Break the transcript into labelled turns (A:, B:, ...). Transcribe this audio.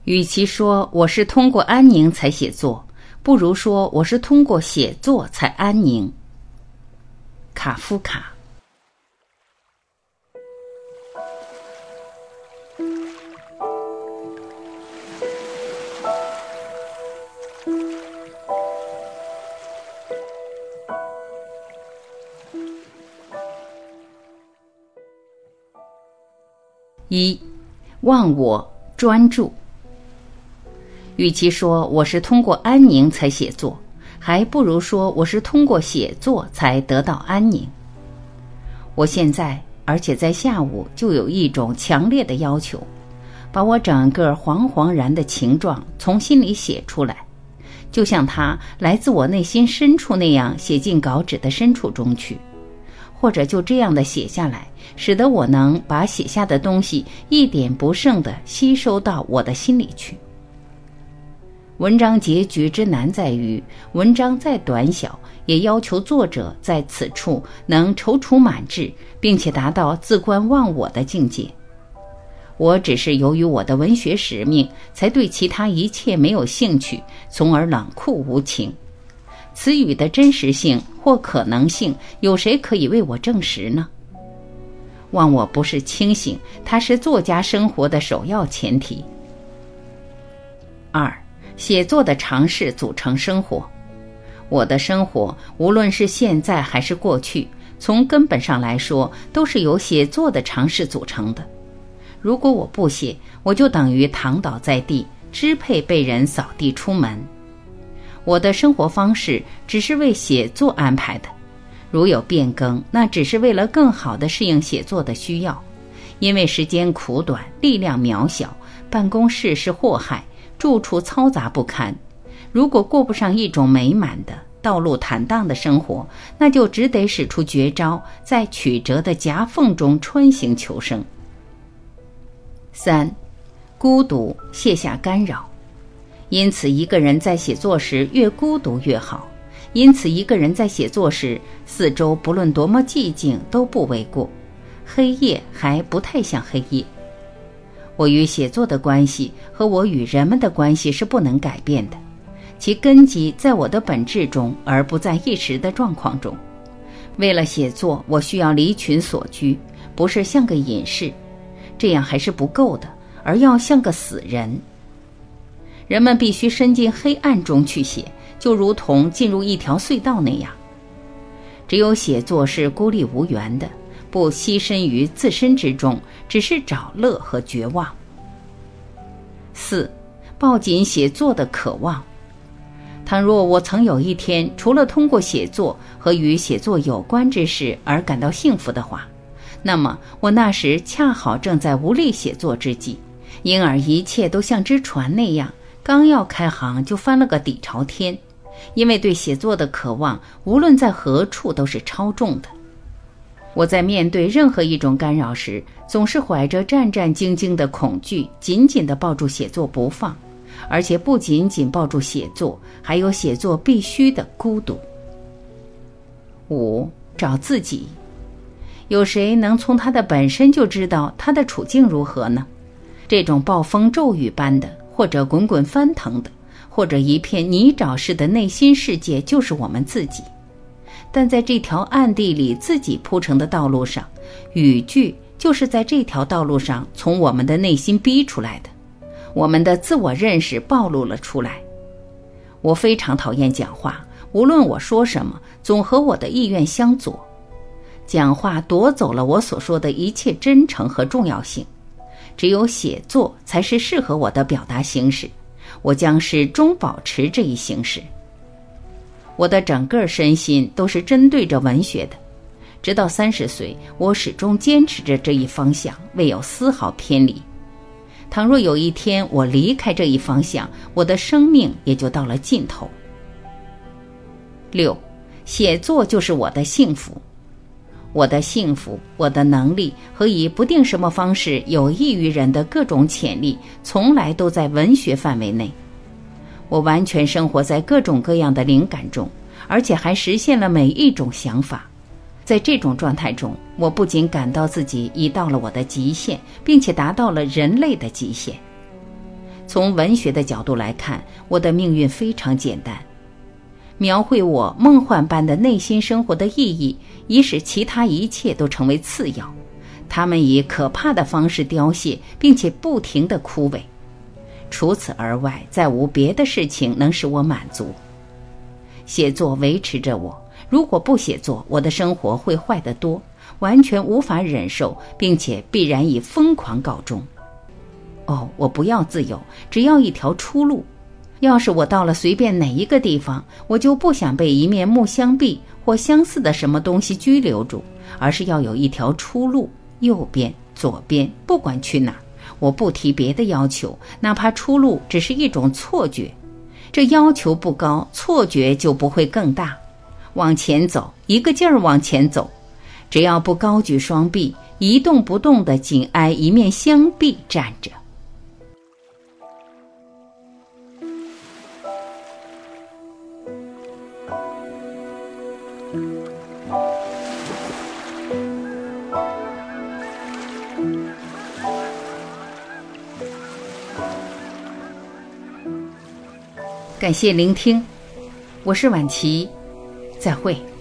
A: 与其说我是通过安宁才写作，不如说我是通过写作才安宁。卡夫卡。一，忘我，专注。与其说我是通过安宁才写作，还不如说我是通过写作才得到安宁。我现在，而且在下午就有一种强烈的要求，把我整个惶惶然的情状从心里写出来，就像它来自我内心深处那样写进稿纸的深处中去，或者就这样的写下来，使得我能把写下的东西一点不剩地吸收到我的心里去。文章结局之难在于，文章再短小，也要求作者在此处能踌躇满志，并且达到自观忘我的境界。我只是由于我的文学使命，才对其他一切没有兴趣，从而冷酷无情。此语的真实性或可能性，有谁可以为我证实呢？忘我不是清醒，它是作家生活的首要前提。二，写作的尝试组成生活。我的生活，无论是现在还是过去，从根本上来说，都是由写作的尝试组成的。如果我不写，我就等于躺倒在地，支配被人扫地出门。我的生活方式只是为写作安排的，如有变更，那只是为了更好地适应写作的需要。因为时间苦短，力量渺小，办公室是祸害，住处嘈杂不堪。如果过不上一种美满的、道路坦荡的生活，那就只得使出绝招，在曲折的夹缝中穿行求生。三，孤独，卸下干扰。因此一个人在写作时越孤独越好，因此一个人在写作时，四周不论多么寂静都不为过，黑夜还不太像黑夜。我与写作的关系和我与人们的关系是不能改变的，其根基在我的本质中，而不在一时的状况中。为了写作，我需要离群所居，不是像个隐士，这样还是不够的，而要像个死人。人们必须伸进黑暗中去写，就如同进入一条隧道那样。只有写作是孤立无援的，不栖身于自身之中，只是找乐和绝望。四，抱紧写作的渴望。倘若我曾有一天除了通过写作和与写作有关之事而感到幸福的话，那么我那时恰好正在无力写作之际，因而一切都像只船那样，刚要开航就翻了个底朝天，因为对写作的渴望无论在何处都是超重的。我在面对任何一种干扰时，总是怀着战战兢兢的恐惧，紧紧地抱住写作不放，而且不仅仅抱住写作，还有写作必须的孤独。五，找自己。有谁能从他的本身就知道他的处境如何呢？这种暴风骤雨般的，或者滚滚翻腾的，或者一片泥沼似的内心世界，就是我们自己。但在这条暗地里自己铺成的道路上，语句就是在这条道路上从我们的内心逼出来的，我们的自我认识暴露了出来。我非常讨厌讲话，无论我说什么，总和我的意愿相左。讲话夺走了我所说的一切真诚和重要性。只有写作才是适合我的表达形式，我将始终保持这一形式。我的整个身心都是针对着文学的，直到30岁，我始终坚持着这一方向，未有丝毫偏离。倘若有一天我离开这一方向，我的生命也就到了尽头。6. 写作就是我的幸福。我的幸福，我的能力和以不定什么方式有益于人的各种潜力，从来都在文学范围内。我完全生活在各种各样的灵感中，而且还实现了每一种想法。在这种状态中，我不仅感到自己已到了我的极限，并且达到了人类的极限。 从文学的角度来看，我的命运非常简单。描绘我梦幻般的内心生活的意义，已使其他一切都成为次要。它们以可怕的方式凋谢，并且不停地枯萎。除此而外，再无别的事情能使我满足。写作维持着我，如果不写作，我的生活会坏得多，完全无法忍受，并且必然以疯狂告终。哦，我不要自由，只要一条出路。要是我到了随便哪一个地方，我就不想被一面木箱壁或相似的什么东西拘留住，而是要有一条出路，右边、左边，不管去哪儿。我不提别的要求，哪怕出路只是一种错觉。这要求不高，错觉就不会更大。往前走，一个劲儿往前走，只要不高举双臂，一动不动地紧挨一面箱壁站着。感谢聆听，我是婉琪，再会。